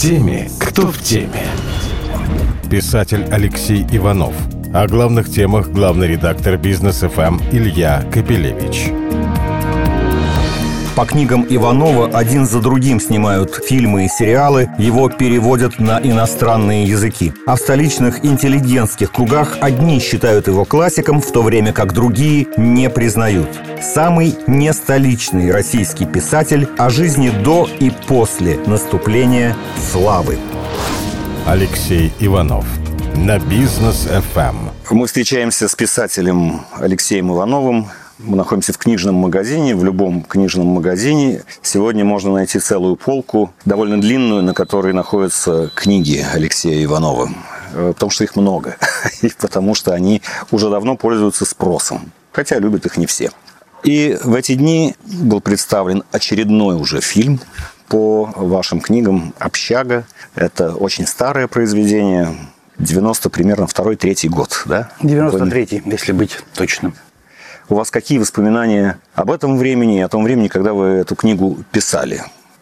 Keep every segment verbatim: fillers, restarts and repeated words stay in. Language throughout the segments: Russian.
теми, кто в теме. Писатель Алексей Иванов. О главных темах главный редактор Бизнес эф эм Илья Капелевич. По книгам Иванова один за другим снимают фильмы и сериалы, его переводят на иностранные языки. А в столичных интеллигентских кругах одни считают его классиком, в то время как другие не признают. Самый нестоличный российский писатель о жизни до и после наступления славы. Алексей Иванов. На Бизнес эф эм. Мы встречаемся с писателем Алексеем Ивановым. Мы находимся в книжном магазине, в любом книжном магазине. Сегодня можно найти целую полку, довольно длинную, на которой находятся книги Алексея Иванова. Потому что их много. И потому что они уже давно пользуются спросом. Хотя любят их не все. И в эти дни был представлен очередной уже фильм по вашим книгам «Общага». Это очень старое произведение. девяносто примерно второй-третий год, да? девяносто третий, если быть точным. У вас какие воспоминания об этом времени и о том времени, когда вы эту книгу писали?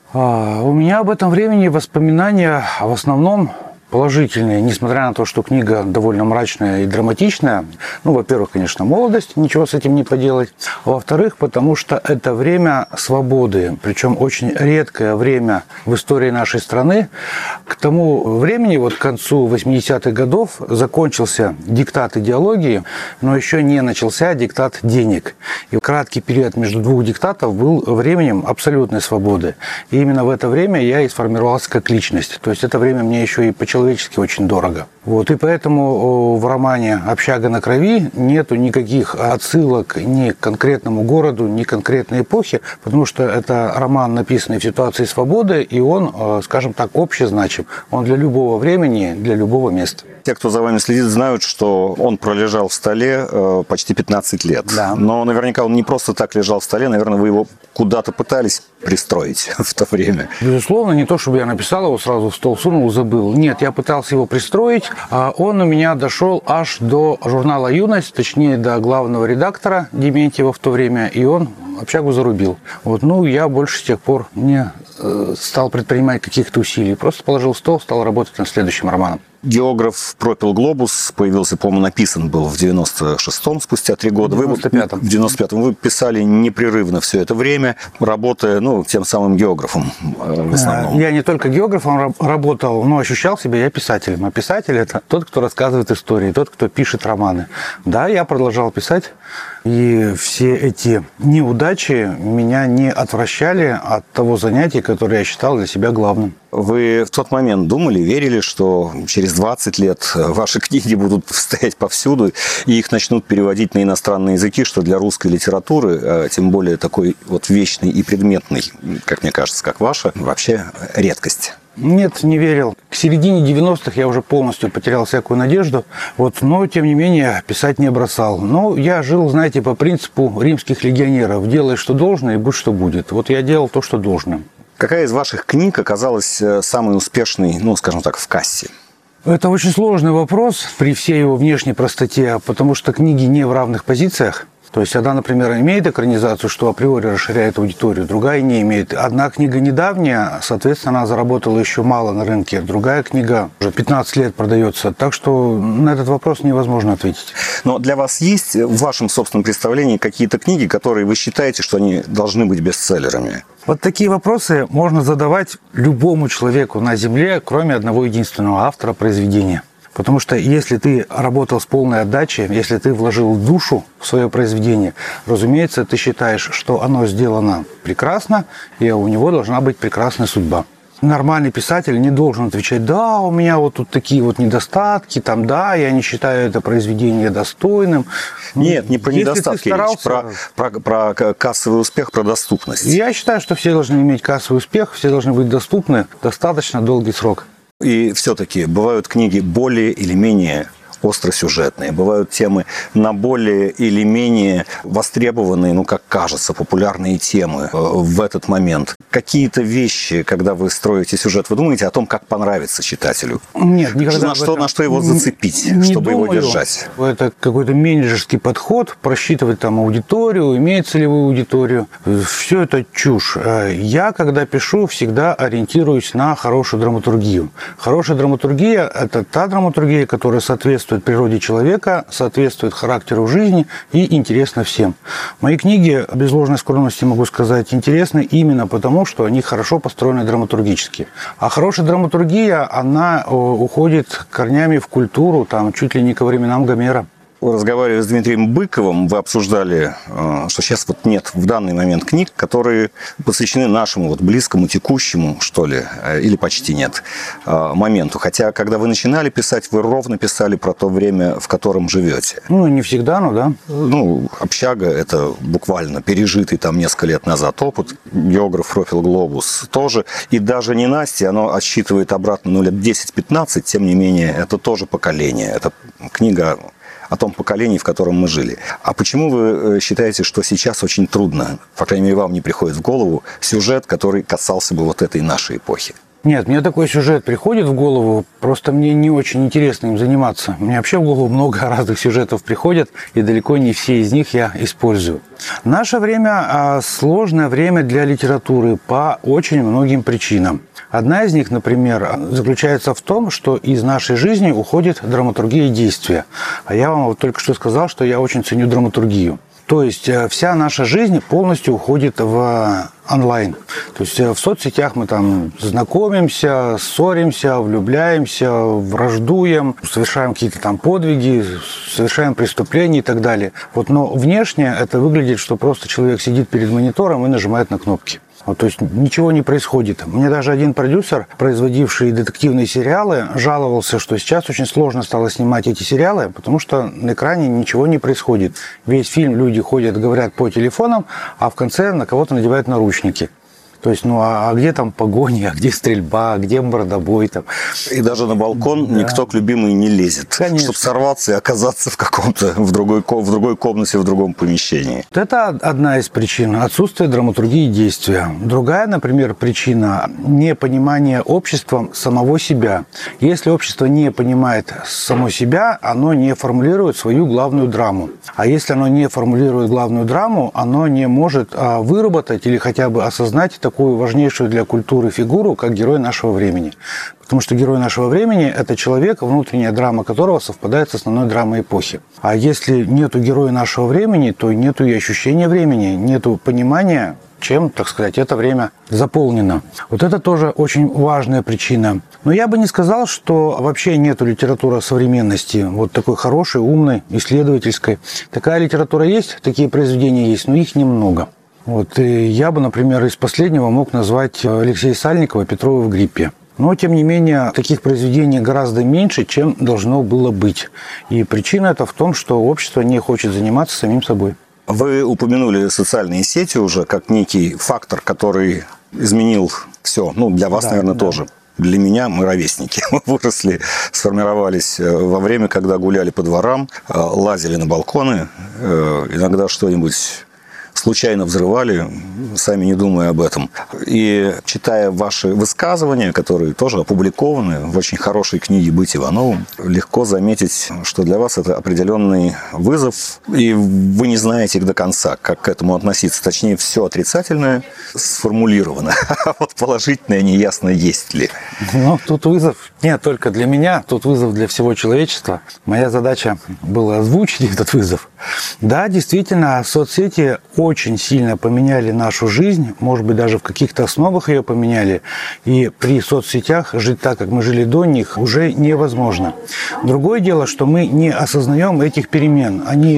А, у меня об этом времени воспоминания в основном положительные, несмотря на то, что книга довольно мрачная и драматичная. Ну, во-первых, конечно, молодость, ничего с этим не поделать. А во-вторых, потому что это время свободы, причем очень редкое время в истории нашей страны. К тому времени, вот к концу восьмидесятых годов, закончился диктат идеологии, но еще не начался диктат денег. И краткий период между двух диктатов был временем абсолютной свободы. И именно в это время я и сформировался как личность. То есть это время мне еще и по человечески очень дорого. Вот, и поэтому в романе «Общага на крови» нету никаких отсылок ни к конкретному городу, ни к конкретной эпохе, потому что это роман, написанный в ситуации свободы, и он, скажем так, общезначим. Он для любого времени, для любого места. Те, кто за вами следит, знают, что он пролежал в столе почти пятнадцать лет. Да. Но наверняка он не просто так лежал в столе, наверное, вы его куда-то пытались пристроить в то время. Безусловно, не то, чтобы я написал его, сразу в стол сунул, забыл. Нет, я пытался его пристроить, а он у меня дошел аж до журнала «Юность», точнее, до главного редактора Дементьева в то время, и он «Общагу» зарубил. Вот, ну, я больше с тех пор не э, стал предпринимать каких-то усилий, просто положил стол, стал работать над следующим романом. Географ пропил глобус, появился, по-моему, написан был в девяносто шестом, спустя три года. В девяносто пятом. Вы, в девяносто пятом вы писали непрерывно все это время, работая, ну, тем самым географом в основном. Я не только географом работал, но ощущал себя я писателем. А писатель – это тот, кто рассказывает истории, тот, кто пишет романы. Да, я продолжал писать, и все эти неудачи меня не отвращали от того занятия, которое я считал для себя главным. Вы в тот момент думали, верили, что через двадцать лет ваши книги будут стоять повсюду, и их начнут переводить на иностранные языки, что для русской литературы, тем более такой вот вечный и предметный, как мне кажется, как ваша, вообще редкость? Нет, не верил. К середине девяностых я уже полностью потерял всякую надежду, вот, но, тем не менее, писать не бросал. Но я жил, знаете, по принципу римских легионеров. Делай, что должно, и будь, что будет. Вот я делал то, что должно. Какая из ваших книг оказалась самой успешной, ну, скажем так, в кассе? Это очень сложный вопрос при всей его внешней простоте, потому что книги не в равных позициях. То есть одна, например, имеет экранизацию, что априори расширяет аудиторию, другая не имеет. Одна книга недавняя, соответственно, она заработала еще мало на рынке, другая книга уже пятнадцать лет продается. Так что на этот вопрос невозможно ответить. Но для вас есть в вашем собственном представлении какие-то книги, которые вы считаете, что они должны быть бестселлерами? Вот такие вопросы можно задавать любому человеку на Земле, кроме одного единственного автора произведения. Потому что если ты работал с полной отдачей, если ты вложил душу в свое произведение, разумеется, ты считаешь, что оно сделано прекрасно, и у него должна быть прекрасная судьба. Нормальный писатель не должен отвечать: да, у меня вот тут такие вот недостатки, там, да, я не считаю это произведение достойным. Нет, не про Если недостатки, старался... речь, про, про, про кассовый успех, про доступность. Я считаю, что все должны иметь кассовый успех, все должны быть доступны достаточно долгий срок. И все-таки бывают книги более или менее остросюжетные, бывают темы на более или менее востребованные, ну, как кажется, популярные темы в этот момент. Какие-то вещи, когда вы строите сюжет, вы думаете о том, как понравится читателю? Нет, никогда. На что, на что его зацепить, не чтобы думаю. его держать? Это какой-то менеджерский подход, просчитывать там аудиторию, имеется ли вы аудиторию. Все это чушь. Я, когда пишу, всегда ориентируюсь на хорошую драматургию. Хорошая драматургия – это та драматургия, которая соответствует природе человека, соответствует характеру жизни и интересна всем. Мои книги, без ложной скромности могу сказать, интересны именно потому, что они хорошо построены драматургически. А хорошая драматургия, она уходит корнями в культуру, там, чуть ли не ко временам Гомера. Разговаривая с Дмитрием Быковым, вы обсуждали, что сейчас вот нет в данный момент книг, которые посвящены нашему вот близкому, текущему, что ли, или почти нет, моменту. Хотя, когда вы начинали писать, вы ровно писали про то время, в котором живете. Ну, не всегда, но да. Ну, общага – это буквально пережитый там несколько лет назад опыт. Географ Профиль Глобус тоже. И даже не Настя, оно отсчитывает обратно, ну, лет десять-пятнадцать, тем не менее, это тоже поколение. Это книга о том поколении, в котором мы жили. А почему вы считаете, что сейчас очень трудно, по крайней мере, вам не приходит в голову, сюжет, который касался бы вот этой нашей эпохи? Нет, мне такой сюжет приходит в голову, просто мне не очень интересно им заниматься. Мне вообще в голову много разных сюжетов приходят, и далеко не все из них я использую. Наше время сложное время для литературы по очень многим причинам. Одна из них, например, заключается в том, что из нашей жизни уходит драматургия действия. А я вам вот только что сказал, что я очень ценю драматургию. То есть вся наша жизнь полностью уходит в онлайн. То есть в соцсетях мы там знакомимся, ссоримся, влюбляемся, враждуем, совершаем какие-то там подвиги, совершаем преступления и так далее. Вот, но внешне это выглядит, что просто человек сидит перед монитором и нажимает на кнопки. Вот, то есть ничего не происходит. Мне даже один продюсер, производивший детективные сериалы, жаловался, что сейчас очень сложно стало снимать эти сериалы, потому что на экране ничего не происходит. Весь фильм люди ходят, говорят по телефонам, а в конце на кого-то надевают наручники. То есть, ну а, а где там погони, а где стрельба, а где мордобой там? И даже на балкон да. никто к любимой не лезет, конечно, чтобы сорваться и оказаться в каком-то, в другой, в другой комнате, в другом помещении. Это одна из причин. Отсутствие драматургии действия. Другая, например, причина – непонимание обществом самого себя. Если общество не понимает само себя, оно не формулирует свою главную драму. А если оно не формулирует главную драму, оно не может выработать или хотя бы осознать такую важнейшую для культуры фигуру, как герой нашего времени. Потому что герой нашего времени – это человек, внутренняя драма которого совпадает с основной драмой эпохи. А если нету героя нашего времени, то нету и ощущения времени, нету понимания, чем, так сказать, это время заполнено. Вот это тоже очень важная причина. Но я бы не сказал, что вообще нету литературы современности, вот такой хорошей, умной, исследовательской. Такая литература есть, такие произведения есть, но их немного. Вот, и я бы, например, из последнего мог назвать Алексея Сальникова «Петрова в гриппе». Но, тем не менее, таких произведений гораздо меньше, чем должно было быть. И причина это в том, что общество не хочет заниматься самим собой. Вы упомянули социальные сети уже как некий фактор, который изменил все. Ну, для вас, да, наверное, да. тоже. Для меня мы ровесники. Мы выросли, сформировались во время, когда гуляли по дворам, лазили на балконы, иногда что-нибудь случайно взрывали, сами не думая об этом. И читая ваши высказывания, которые тоже опубликованы в очень хорошей книге «Быть Ивановым», легко заметить, что для вас это определенный вызов, и вы не знаете до конца, как к этому относиться. Точнее, все отрицательное сформулировано, а вот положительное неясно, есть ли. Ну, тут вызов не только для меня, тут вызов для всего человечества. Моя задача была озвучить этот вызов. Да, действительно, соцсети очень сильно поменяли нашу жизнь, может быть, даже в каких-то основах ее поменяли. И при соцсетях жить так, как мы жили до них, уже невозможно. Другое дело, что мы не осознаем этих перемен. Они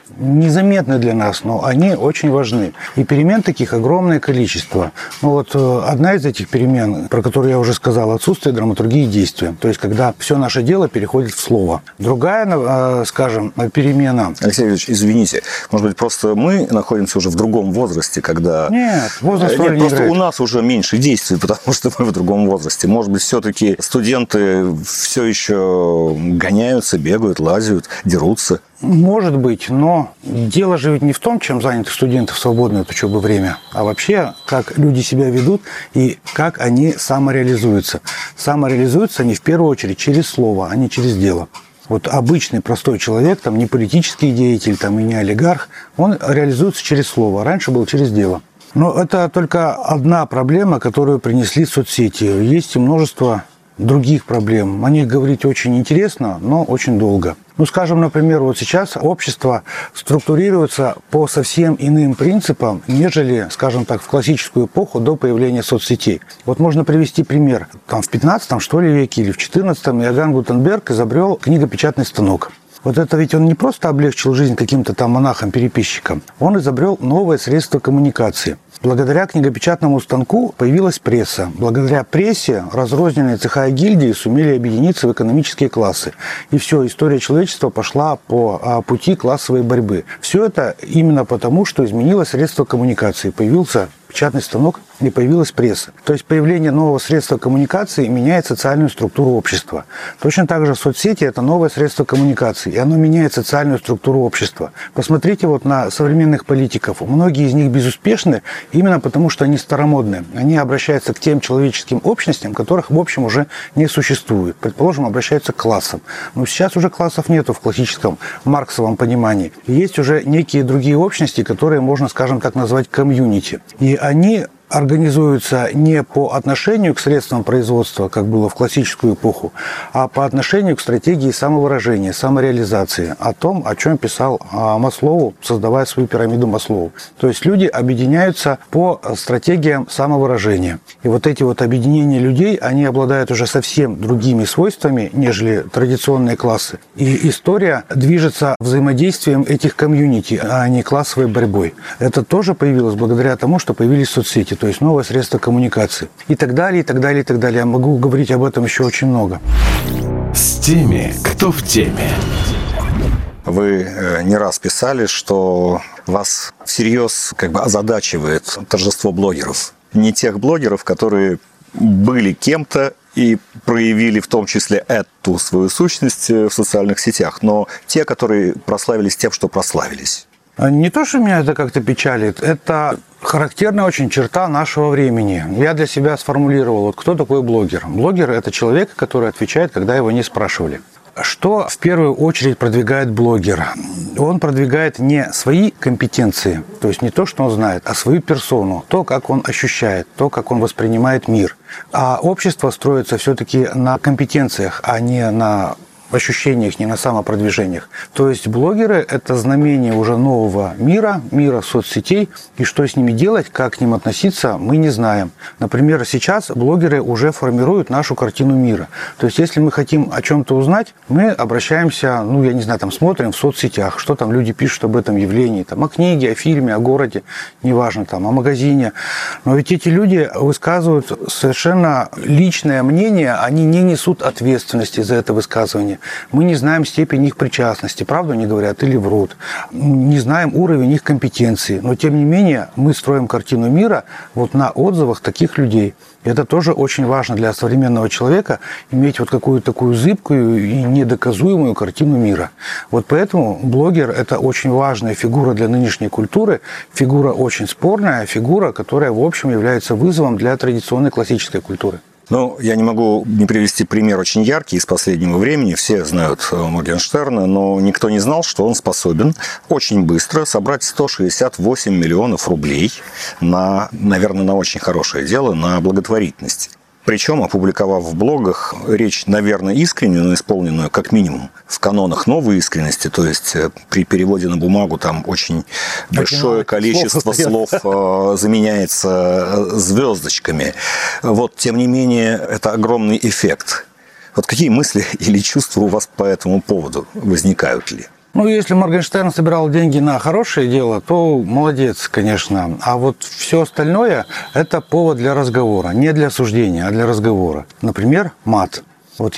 незаметны для нас, но они очень важны. И перемен таких огромное количество. Ну вот одна из этих перемен, про которую я уже сказал, отсутствие драматургии действия. То есть, когда все наше дело переходит в слово. Другая, скажем, перемена... Алексей Ильич, извините, может быть, просто мы находимся уже в другом возрасте, когда... Нет, возраст роли Нет, не просто играет. У нас уже меньше действий, потому что мы в другом возрасте. Может быть, все-таки студенты все еще гоняются, бегают, лазят, дерутся. Может быть, но дело же ведь не в том, чем заняты студенты в свободное от учебы время, а вообще, как люди себя ведут и как они самореализуются. Самореализуются они в первую очередь через слово, а не через дело. Вот обычный простой человек, там не политический деятель, там и не олигарх, он реализуется через слово. Раньше был через дело. Но это только одна проблема, которую принесли соцсети. Есть и множество других проблем. О них говорить очень интересно, но очень долго. Ну, скажем, например, вот сейчас общество структурируется по совсем иным принципам, нежели, скажем так, в классическую эпоху до появления соцсетей. Вот можно привести пример. Там в пятнадцатом, что ли, веке или в четырнадцатом Иоганн Гутенберг изобрел книгопечатный станок. Вот это ведь он не просто облегчил жизнь каким-то там монахам-переписчикам, он изобрел новое средство коммуникации. Благодаря книгопечатному станку появилась пресса. Благодаря прессе разрозненные цеха и гильдии сумели объединиться в экономические классы. И все, история человечества пошла по пути классовой борьбы. Все это именно потому, что изменилось средство коммуникации. Появился печатный станок и появилась пресса. То есть появление нового средства коммуникации меняет социальную структуру общества. Точно так же соцсети – это новое средство коммуникации, и оно меняет социальную структуру общества. Посмотрите вот на современных политиков. Многие из них безуспешны именно потому, что они старомодные. Они обращаются к тем человеческим общностям, которых в общем уже не существует. Предположим, обращаются к классам. Но сейчас уже классов нету в классическом марксовом понимании. Есть уже некие другие общности, которые можно, скажем так, назвать комьюнити. И они организуются не по отношению к средствам производства, как было в классическую эпоху, а по отношению к стратегии самовыражения, самореализации, о том, о чем писал Маслоу, создавая свою пирамиду Маслоу. То есть люди объединяются по стратегиям самовыражения. И вот эти вот объединения людей, они обладают уже совсем другими свойствами, нежели традиционные классы. И история движется взаимодействием этих комьюнити, а не классовой борьбой. Это тоже появилось благодаря тому, что появились соцсети, то есть новое средство коммуникации. И так далее, и так далее, и так далее. Я могу говорить об этом еще очень много. С теми, кто в теме. Вы не раз писали, что вас всерьез как бы озадачивает торжество блогеров. Не тех блогеров, которые были кем-то и проявили в том числе эту свою сущность в социальных сетях, но те, которые прославились тем, что прославились. Не то, что меня это как-то печалит, это характерная очень черта нашего времени. Я для себя сформулировал, вот кто такой блогер. Блогер – это человек, который отвечает, когда его не спрашивали. Что в первую очередь продвигает блогер? Он продвигает не свои компетенции, то есть не то, что он знает, а свою персону, то, как он ощущает, то, как он воспринимает мир. А общество строится все-таки на компетенциях, а не на ощущениях, не на самопродвижениях. То есть блогеры – это знамение уже нового мира, мира соцсетей, и что с ними делать, как к ним относиться, мы не знаем. Например, сейчас блогеры уже формируют нашу картину мира. То есть если мы хотим о чем-то узнать, мы обращаемся, ну, я не знаю, там смотрим в соцсетях, что там люди пишут об этом явлении, там, о книге, о фильме, о городе, неважно, там, о магазине. Но ведь эти люди высказывают совершенно личное мнение, они не несут ответственности за это высказывание. Мы не знаем степень их причастности, правду они говорят или врут. Не знаем уровень их компетенции. Но, тем не менее, мы строим картину мира вот на отзывах таких людей. И это тоже очень важно для современного человека, иметь вот какую-то такую зыбкую и недоказуемую картину мира. Вот поэтому блогер – это очень важная фигура для нынешней культуры, фигура очень спорная, фигура, которая, в общем, является вызовом для традиционной классической культуры. Ну, я не могу не привести пример очень яркий из последнего времени. Все знают Моргенштерна, но никто не знал, что он способен очень быстро собрать сто шестьдесят восемь миллионов рублей на, наверное, на очень хорошее дело, на благотворительность. Причем, опубликовав в блогах речь, наверное, искреннюю, но исполненную как минимум в канонах новой искренности, то есть при переводе на бумагу там очень большое количество слов заменяется звездочками. Вот, тем не менее, это огромный эффект. Вот какие мысли или чувства у вас по этому поводу возникают ли? Ну, если Моргенштерн собирал деньги на хорошее дело, то молодец, конечно. А вот все остальное – это повод для разговора. Не для осуждения, а для разговора. Например, мат. Вот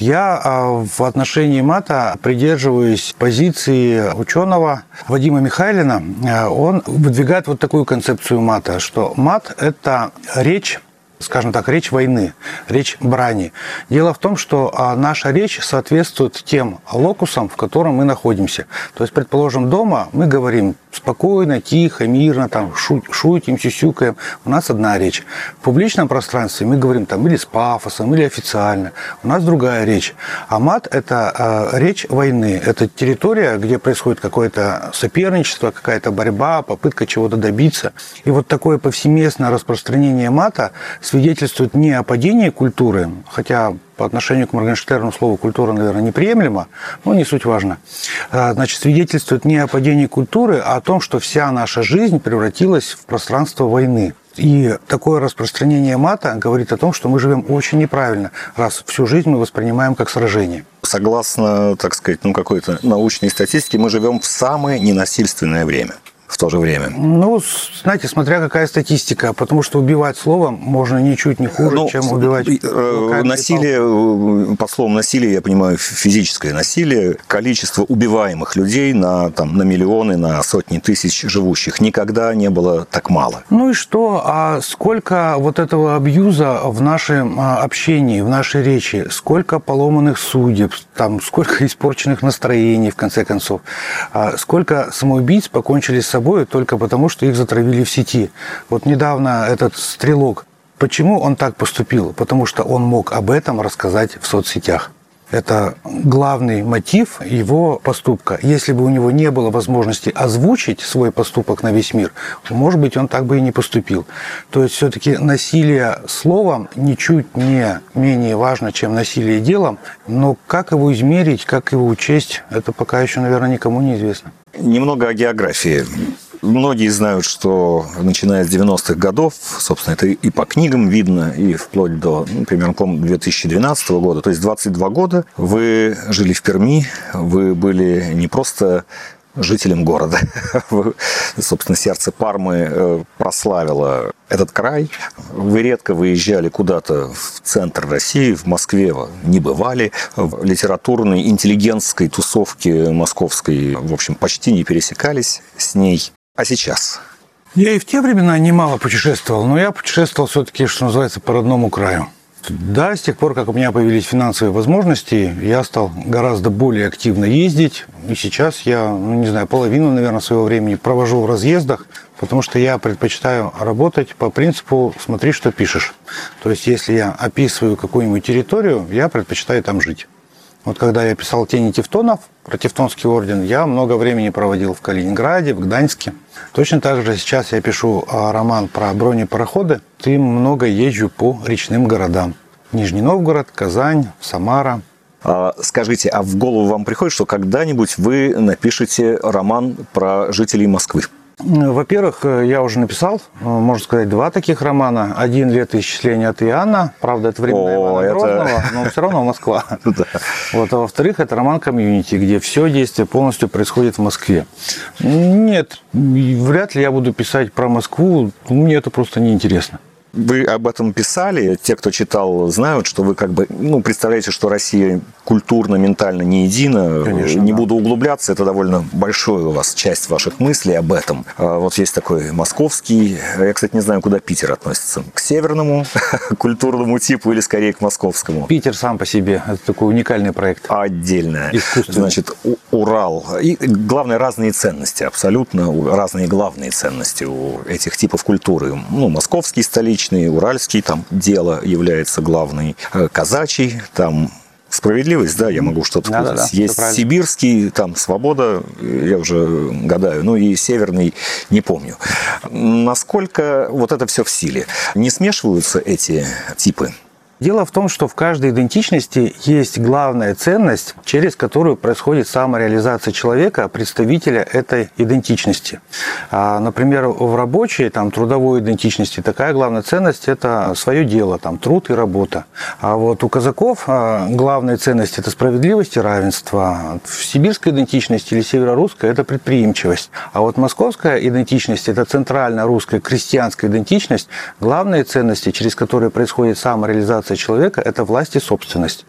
я в отношении мата придерживаюсь позиции ученого Вадима Михайлина. Он выдвигает вот такую концепцию мата, что мат – это речь, скажем так, речь войны, речь брани. Дело в том, что наша речь соответствует тем локусам, в котором мы находимся. То есть, предположим, дома мы говорим спокойно, тихо, мирно, там, шутим, сюсюкаем. У нас одна речь. В публичном пространстве мы говорим там или с пафосом, или официально. У нас другая речь. А мат – это э, речь войны. Это территория, где происходит какое-то соперничество, какая-то борьба, попытка чего-то добиться. И вот такое повсеместное распространение мата свидетельствует не о падении культуры, хотя по отношению к Моргенштерну слово «культура», наверное, неприемлемо, но не суть важно. Значит, свидетельствует не о падении культуры, а о том, что вся наша жизнь превратилась в пространство войны. И такое распространение мата говорит о том, что мы живем очень неправильно, раз всю жизнь мы воспринимаем как сражение. Согласно, так сказать, ну, какой-то научной статистике, мы живем в самое ненасильственное время. В то же время. Ну, знаете, смотря какая статистика, потому что убивать словом можно ничуть не хуже, ну, чем убивать... Э, насилие, под словом насилие, я понимаю, физическое насилие, количество убиваемых людей на, там, на миллионы, на сотни тысяч живущих никогда не было так мало. Ну и что? А сколько вот этого абьюза в нашем общении, в нашей речи, сколько поломанных судеб, там, сколько испорченных настроений, в конце концов, сколько самоубийц покончили с собой только потому, что их затравили в сети. Вот недавно этот стрелок, почему он так поступил? Потому что он мог об этом рассказать в соцсетях. Это главный мотив его поступка. Если бы у него не было возможности озвучить свой поступок на весь мир, может быть, он так бы и не поступил. То есть все-таки насилие словом ничуть не менее важно, чем насилие делом, но как его измерить, как его учесть, это пока еще, наверное, никому не известно. Немного о географии. Многие знают, что начиная с девяностых годов, собственно, это и по книгам видно, и вплоть до, ну, примерно, по-моему, две тысячи двенадцатого года, то есть двадцать два года вы жили в Перми, вы были не просто жителем города. Собственно, сердце Пармы прославило этот край. Вы редко выезжали куда-то в центр России, в Москве не бывали. В литературной, интеллигентской тусовке московской, в общем, почти не пересекались с ней. А сейчас? Я и в те времена немало путешествовал, но я путешествовал все-таки, что называется, по родному краю. Да, с тех пор, как у меня появились финансовые возможности, я стал гораздо более активно ездить. И сейчас я, ну, не знаю, половину, наверное, своего времени провожу в разъездах, потому что я предпочитаю работать по принципу «смотри, что пишешь». То есть, если я описываю какую-нибудь территорию, я предпочитаю там жить. Вот когда я писал «Тени Тевтонов», про Тевтонский орден, я много времени проводил в Калининграде, в Гданьске. Точно так же сейчас я пишу роман про бронепароходы, и много езжу по речным городам. Нижний Новгород, Казань, Самара. А, скажите, а в голову вам приходит, что когда-нибудь вы напишете роман про жителей Москвы? Во-первых, я уже написал, можно сказать, два таких романа. Один «Летоисчисление» от Иоанна. Правда, это времена Ивана это... Грозного, но все равно Москва. Да. Вот. А во-вторых, это роман «Комьюнити», где все действие полностью происходит в Москве. Нет, вряд ли я буду писать про Москву. Мне это просто неинтересно. Вы об этом писали, те, кто читал, знают, что вы как бы, ну, представляете, что Россия культурно, ментально не едина. Конечно, не да. буду углубляться, это довольно большая у вас часть ваших мыслей об этом. Вот есть такой московский, я, кстати, не знаю, куда Питер относится, к северному культурному типу или скорее к московскому? Питер сам по себе, это такой уникальный проект. Отдельно. Значит, Урал. И, главное, разные ценности, абсолютно разные главные ценности у этих типов культуры. Ну, московский столичный, уральский, там дело является главной, казачий, там справедливость, да, я могу что-то да, путать. Да, да, есть сибирский, там свобода, я уже гадаю, ну и северный, не помню. Насколько вот это все в силе? Не смешиваются эти типы? Дело в том, что в каждой идентичности есть главная ценность, через которую происходит самореализация человека, представителя этой идентичности. Например, в рабочей, там, трудовой идентичности такая главная ценность – это свое дело, там, труд и работа. А вот у казаков главная ценность – это справедливость и равенство. В сибирской идентичности или северорусской – это предприимчивость. А вот московская идентичность – это центрально-русская крестьянская идентичность. Главные ценности, через которые происходит самореализация человека – это власть и собственность.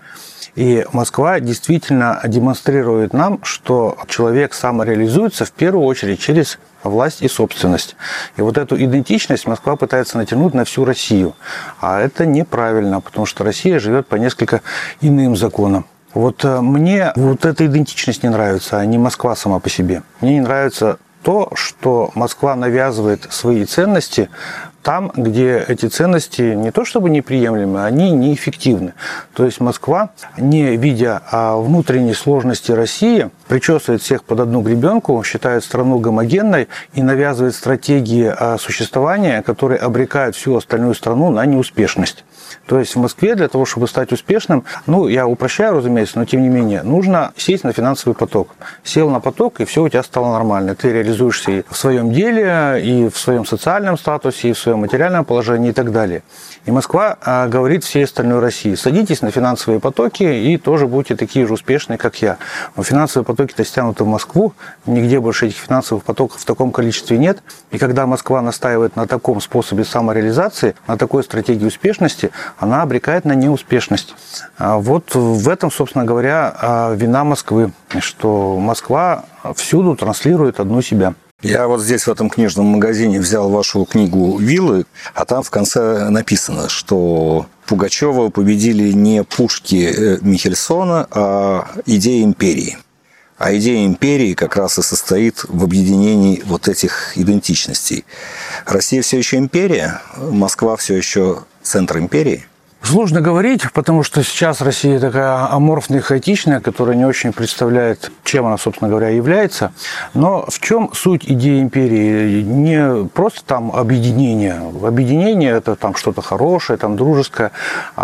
И Москва действительно демонстрирует нам, что человек самореализуется в первую очередь через власть и собственность. И вот эту идентичность Москва пытается натянуть на всю Россию. А это неправильно, потому что Россия живет по несколько иным законам. Вот мне вот эта идентичность не нравится, а не Москва сама по себе. Мне не нравится то, что Москва навязывает свои ценности там, где эти ценности не то чтобы неприемлемы, они неэффективны. То есть Москва, не видя внутренней сложности России, причесывает всех под одну гребенку, считает страну гомогенной и навязывает стратегии существования, которые обрекают всю остальную страну на неуспешность. То есть в Москве для того, чтобы стать успешным, ну, я упрощаю, разумеется, но тем не менее, нужно сесть на финансовый поток. Сел на поток, и все у тебя стало нормально. Ты реализуешься и в своем деле, и в своем социальном статусе, и в своем материальном положении и так далее. И Москва а, говорит всей остальной России: садитесь на финансовые потоки и тоже будьте такие же успешные, как я. Но финансовые потоки-то стянуты в Москву, нигде больше этих финансовых потоков в таком количестве нет. И когда Москва настаивает на таком способе самореализации, на такой стратегии успешности, она обрекает на неуспешность. Вот в этом, собственно говоря, вина Москвы, что Москва всюду транслирует одну себя. Я вот здесь, в этом книжном магазине, взял вашу книгу «Вилы», а там в конце написано, что Пугачева победили не пушки Михельсона, а идея империи. А идея империи как раз и состоит в объединении вот этих идентичностей. Россия все еще империя, Москва все еще центр империи. Сложно говорить, потому что сейчас Россия такая аморфная и хаотичная, которая не очень представляет, чем она, собственно говоря, является. Но в чем суть идеи империи? Не просто там объединение. Объединение – это там что-то хорошее, там дружеское.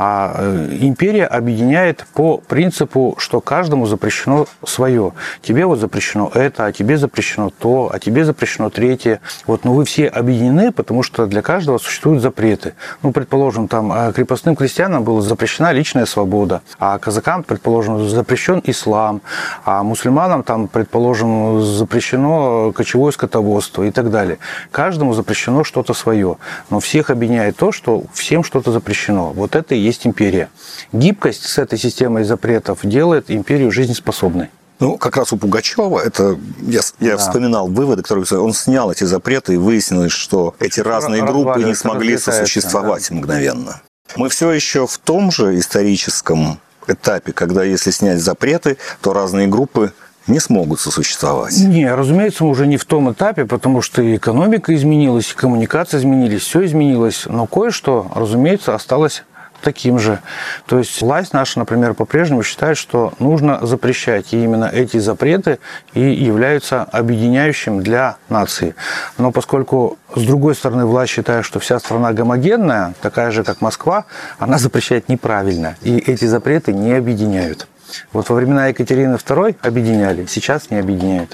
А империя объединяет по принципу, что каждому запрещено свое. Тебе вот запрещено это, а тебе запрещено то, а тебе запрещено третье. Вот, но вы все объединены, потому что для каждого существуют запреты. Ну, предположим, там крепостным крестьянам Крестьянам была запрещена личная свобода, а казакам, предположим, запрещен ислам, а мусульманам, там, предположим, запрещено кочевое скотоводство и так далее. Каждому запрещено что-то свое, но всех объединяет то, что всем что-то запрещено. Вот это и есть империя. Гибкость с этой системой запретов делает империю жизнеспособной. Ну, как раз у Пугачева, это я, я да. вспоминал выводы, которые он снял эти запреты, и выяснилось, что эти разные группы не смогли сосуществовать да. мгновенно. Мы все еще в том же историческом этапе, когда если снять запреты, то разные группы не смогут сосуществовать. Не, разумеется, мы уже не в том этапе, потому что и экономика изменилась, и коммуникации изменились, все изменилось, но кое-что, разумеется, осталось таким же. То есть власть наша, например, по-прежнему считает, что нужно запрещать. И именно эти запреты и являются объединяющим для нации. Но поскольку, с другой стороны, власть считает, что вся страна гомогенная, такая же, как Москва, она запрещает неправильно. И эти запреты не объединяют. Вот во времена Екатерины второй объединяли, сейчас не объединяют.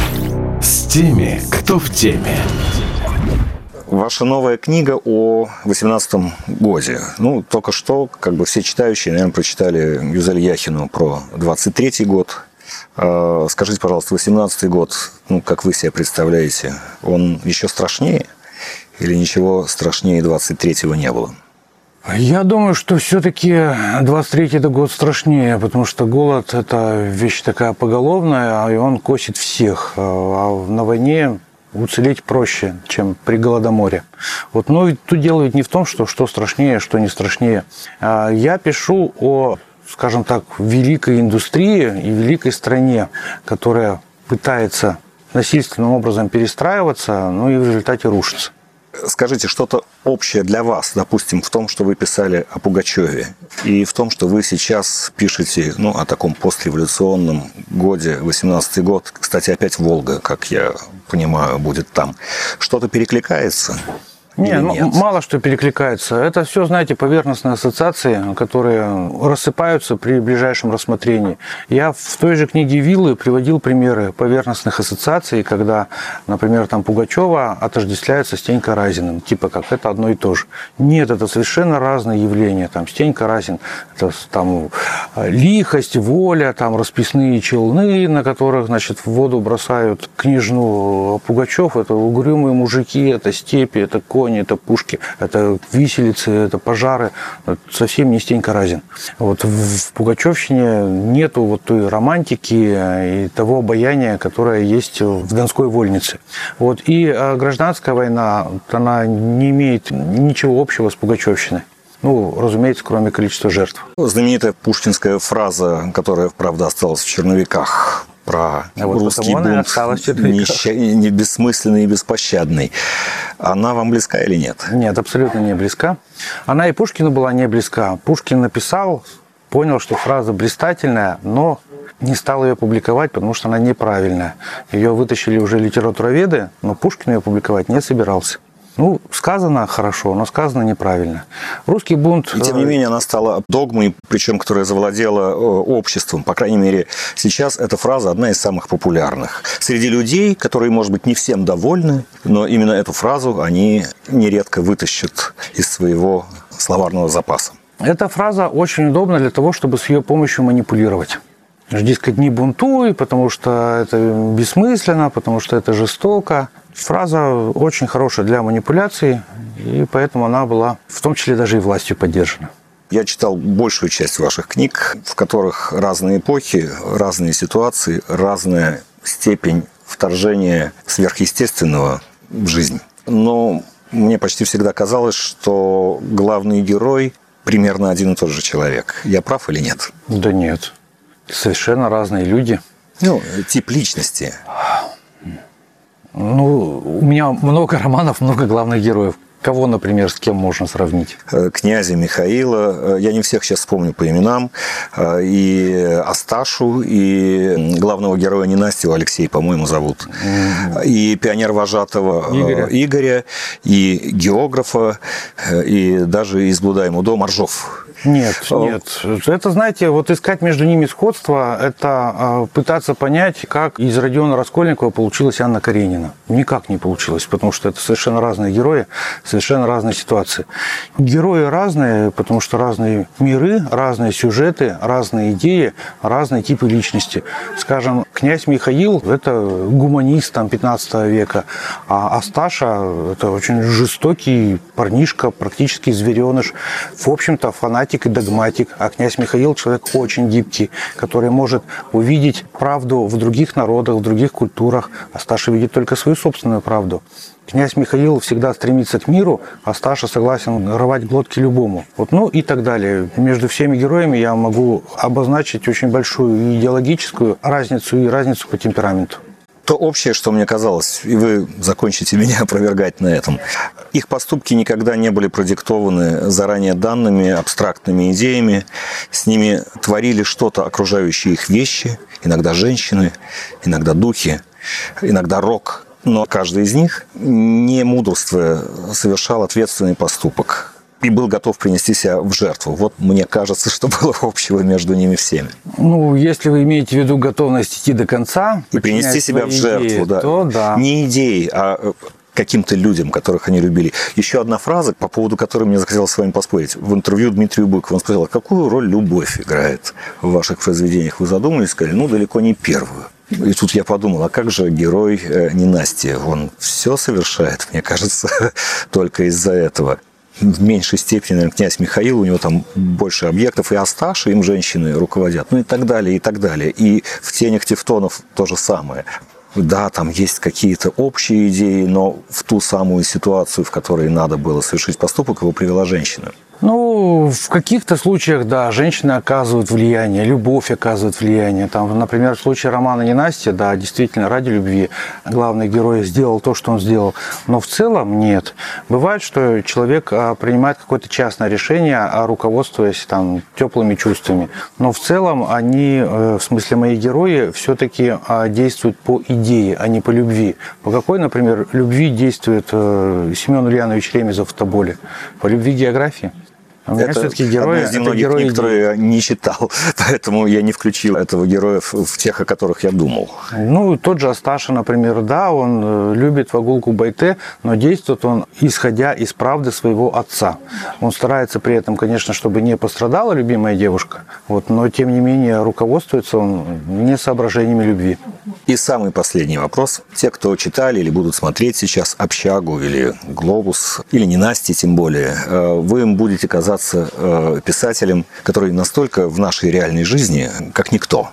С теми, кто в теме. Ваша новая книга о восемнадцатом годе. Ну, только что, как бы все читающие, наверное, прочитали Гюзель Яхину про двадцать третий год. Скажите, пожалуйста, восемнадцатый год, ну, как вы себе представляете, он еще страшнее? Или ничего страшнее двадцать третьего не было? Я думаю, что все-таки двадцать третий год страшнее, потому что голод – это вещь такая поголовная, и он косит всех. А на войне уцелеть проще, чем при Голодоморе. Вот, но ведь тут дело ведь не в том, что, что страшнее, что не страшнее. Я пишу о, скажем так, великой индустрии и великой стране, которая пытается насильственным образом перестраиваться, но и в результате рушится. Скажите, что-то общее для вас, допустим, в том, что вы писали о Пугачеве, и в том, что вы сейчас пишете, ну, о таком постреволюционном годе, восемнадцатый год. Кстати, опять Волга, как я понимаю, будет там. Что-то перекликается? Не, или м- нет? мало что перекликается. Это все, знаете, поверхностные ассоциации, которые рассыпаются при ближайшем рассмотрении. Я в той же книге Виллы приводил примеры поверхностных ассоциаций, когда, например, там Пугачева отождествляется с Стенькой Разиным. Типа как это одно и то же. Нет, это совершенно разные явления. Там Стенька Разин, это там лихость, воля, там расписные челны, на которых, значит, в воду бросают княжну. Пугачев — это угрюмые мужики, это степи, это кони, это пушки, это виселицы, это пожары. Это совсем не Стенька Разин. Вот в Пугачевщине нету вот той романтики и того обаяния, которое есть в Донской вольнице. Вот. И гражданская война, она не имеет ничего общего с Пугачевщиной. Ну, разумеется, кроме количества жертв. Знаменитая пушкинская фраза, которая, правда, осталась в черновиках, про а вот русский бунт, неща... не бессмысленный и беспощадный. Она вам близка или нет? Нет, абсолютно не близка. Она и Пушкину была не близка. Пушкин написал, понял, что фраза блистательная, но не стал ее публиковать, потому что она неправильная. Ее вытащили уже литературоведы, но Пушкин ее публиковать не собирался. Ну, сказано хорошо, но сказано неправильно. Русский бунт... И, тем не менее, она стала догмой, причем, которая завладела обществом. По крайней мере, сейчас эта фраза одна из самых популярных. Среди людей, которые, может быть, не всем довольны, но именно эту фразу они нередко вытащат из своего словарного запаса. Эта фраза очень удобна для того, чтобы с ее помощью манипулировать. Дескать, не бунтуй, потому что это бессмысленно, потому что это жестоко. Фраза очень хорошая для манипуляции, и поэтому она была в том числе даже и властью поддержана. Я читал большую часть ваших книг, в которых разные эпохи, разные ситуации, разная степень вторжения сверхъестественного в жизнь. Но мне почти всегда казалось, что главный герой примерно один и тот же человек. Я прав или нет? Да нет. Совершенно разные люди. Ну, тип личности. Ну, у меня много романов, много главных героев. Кого, например, с кем можно сравнить? Князя Михаила. Я не всех сейчас вспомню по именам. И Асташу, и главного героя ненастья Алексея, по-моему, зовут. Mm-hmm. И пионер-вожатого Игоря. Игоря, и географа, и даже из «Блуда и Мудо» Моржов. Нет, нет. Это, знаете, вот искать между ними сходство, это пытаться понять, как из Родиона Раскольникова получилась Анна Каренина. Никак не получилось, потому что это совершенно разные герои, совершенно разные ситуации. Герои разные, потому что разные миры, разные сюжеты, разные идеи, разные типы личности. Скажем, князь Михаил – это гуманист там, пятнадцатого века, а Асташа – это очень жестокий парнишка, практически звереныш, в общем-то, фанатик и догматик, а князь Михаил человек очень гибкий, который может увидеть правду в других народах, в других культурах. Асташа видит только свою собственную правду. Князь Михаил всегда стремится к миру, а Асташа согласен рвать глотки любому. Вот, ну и так далее. Между всеми героями я могу обозначить очень большую идеологическую разницу и разницу по темпераменту. То общее, что мне казалось, и вы закончите меня опровергать на этом, их поступки никогда не были продиктованы заранее данными, абстрактными идеями. С ними творили что-то окружающие их вещи, иногда женщины, иногда духи, иногда рок. Но каждый из них, не мудрствуя, совершал ответственный поступок и был готов принести себя в жертву. Вот мне кажется, что было общего между ними всеми. Ну, если вы имеете в виду готовность идти до конца и принести себя в жертву, идеи, да. то да. Не идеи, а каким-то людям, которых они любили. Еще одна фраза, по поводу которой мне захотелось с вами поспорить. В интервью Дмитрию Быкову он сказал, а какую роль любовь играет в ваших произведениях? Вы задумались, сказали, ну, далеко не первую. И тут я подумал, а как же герой ненастья? Он все совершает, мне кажется, только из-за этого. В меньшей степени, наверное, князь Михаил, у него там больше объектов, и Асташа, им женщины руководят, ну и так далее, и так далее. И в «Тенях Тевтонов» то же самое. Да, там есть какие-то общие идеи, но в ту самую ситуацию, в которой надо было совершить поступок, его привела женщина. Ну, в каких-то случаях, да, женщины оказывают влияние, любовь оказывает влияние. Там, например, в случае романа «Ненастья», да, действительно, ради любви главный герой сделал то, что он сделал. Но в целом нет. Бывает, что человек принимает какое-то частное решение, руководствуясь там теплыми чувствами. Но в целом они, в смысле мои герои, все-таки действуют по идее, а не по любви. По какой, например, любви действует Семен Ульянович Ремезов в «Тоболе»? По любви к географии. У меня это все-таки герои, одна из немногих герои книг, которые я не читал, поэтому я не включил этого героя в, в тех, о которых я думал. Ну, тот же Асташа, например, да, он любит Вагулку Байте, но действует он, исходя из правды своего отца. Он старается при этом, конечно, чтобы не пострадала любимая девушка, вот, но, тем не менее, руководствуется он не соображениями любви. И самый последний вопрос. Те, кто читали или будут смотреть сейчас «Общагу» или «Глобус», или «Ненастье» тем более, вы им будете казаться писателем, который настолько в нашей реальной жизни, как никто.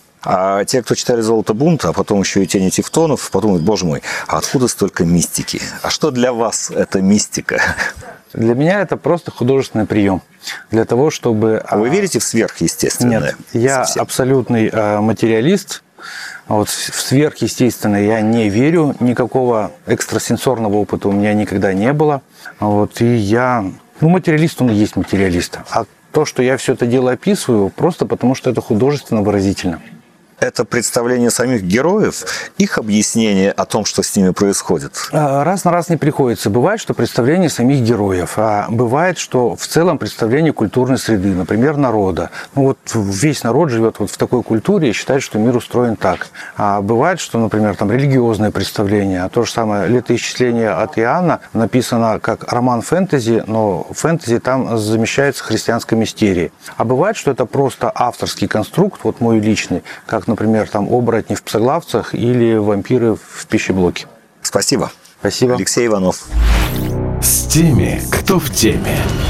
А те, кто читали «Золото бунта», а потом еще и «Тени Тевтонов», подумают: боже мой, а откуда столько мистики? А что для вас это мистика? Для меня это просто художественный прием. Для того, чтобы... Вы верите в сверхъестественное? Нет, я совсем абсолютный материалист. Вот в сверхъестественное я не верю. Никакого экстрасенсорного опыта у меня никогда не было. Вот, и я... Ну, материалист, он и есть материалист. А то, что я все это дело описываю, просто потому что это художественно выразительно. Это представление самих героев, их объяснение о том, что с ними происходит? Раз на раз не приходится. Бывает, что представление самих героев, а бывает, что в целом представление культурной среды, например, народа. Ну вот весь народ живет вот в такой культуре и считает, что мир устроен так. А бывает, что, например, там религиозное представление. А то же самое «Летоисчисление» от Иоанна написано как роман фэнтези, но фэнтези там замещается христианской мистерией. А бывает, что это просто авторский конструкт, вот мой личный, как, например, там оборотни в «Псоглавцах» или вампиры в «Пищеблоке». Спасибо. Спасибо. Алексей Иванов. С теми, кто в теме.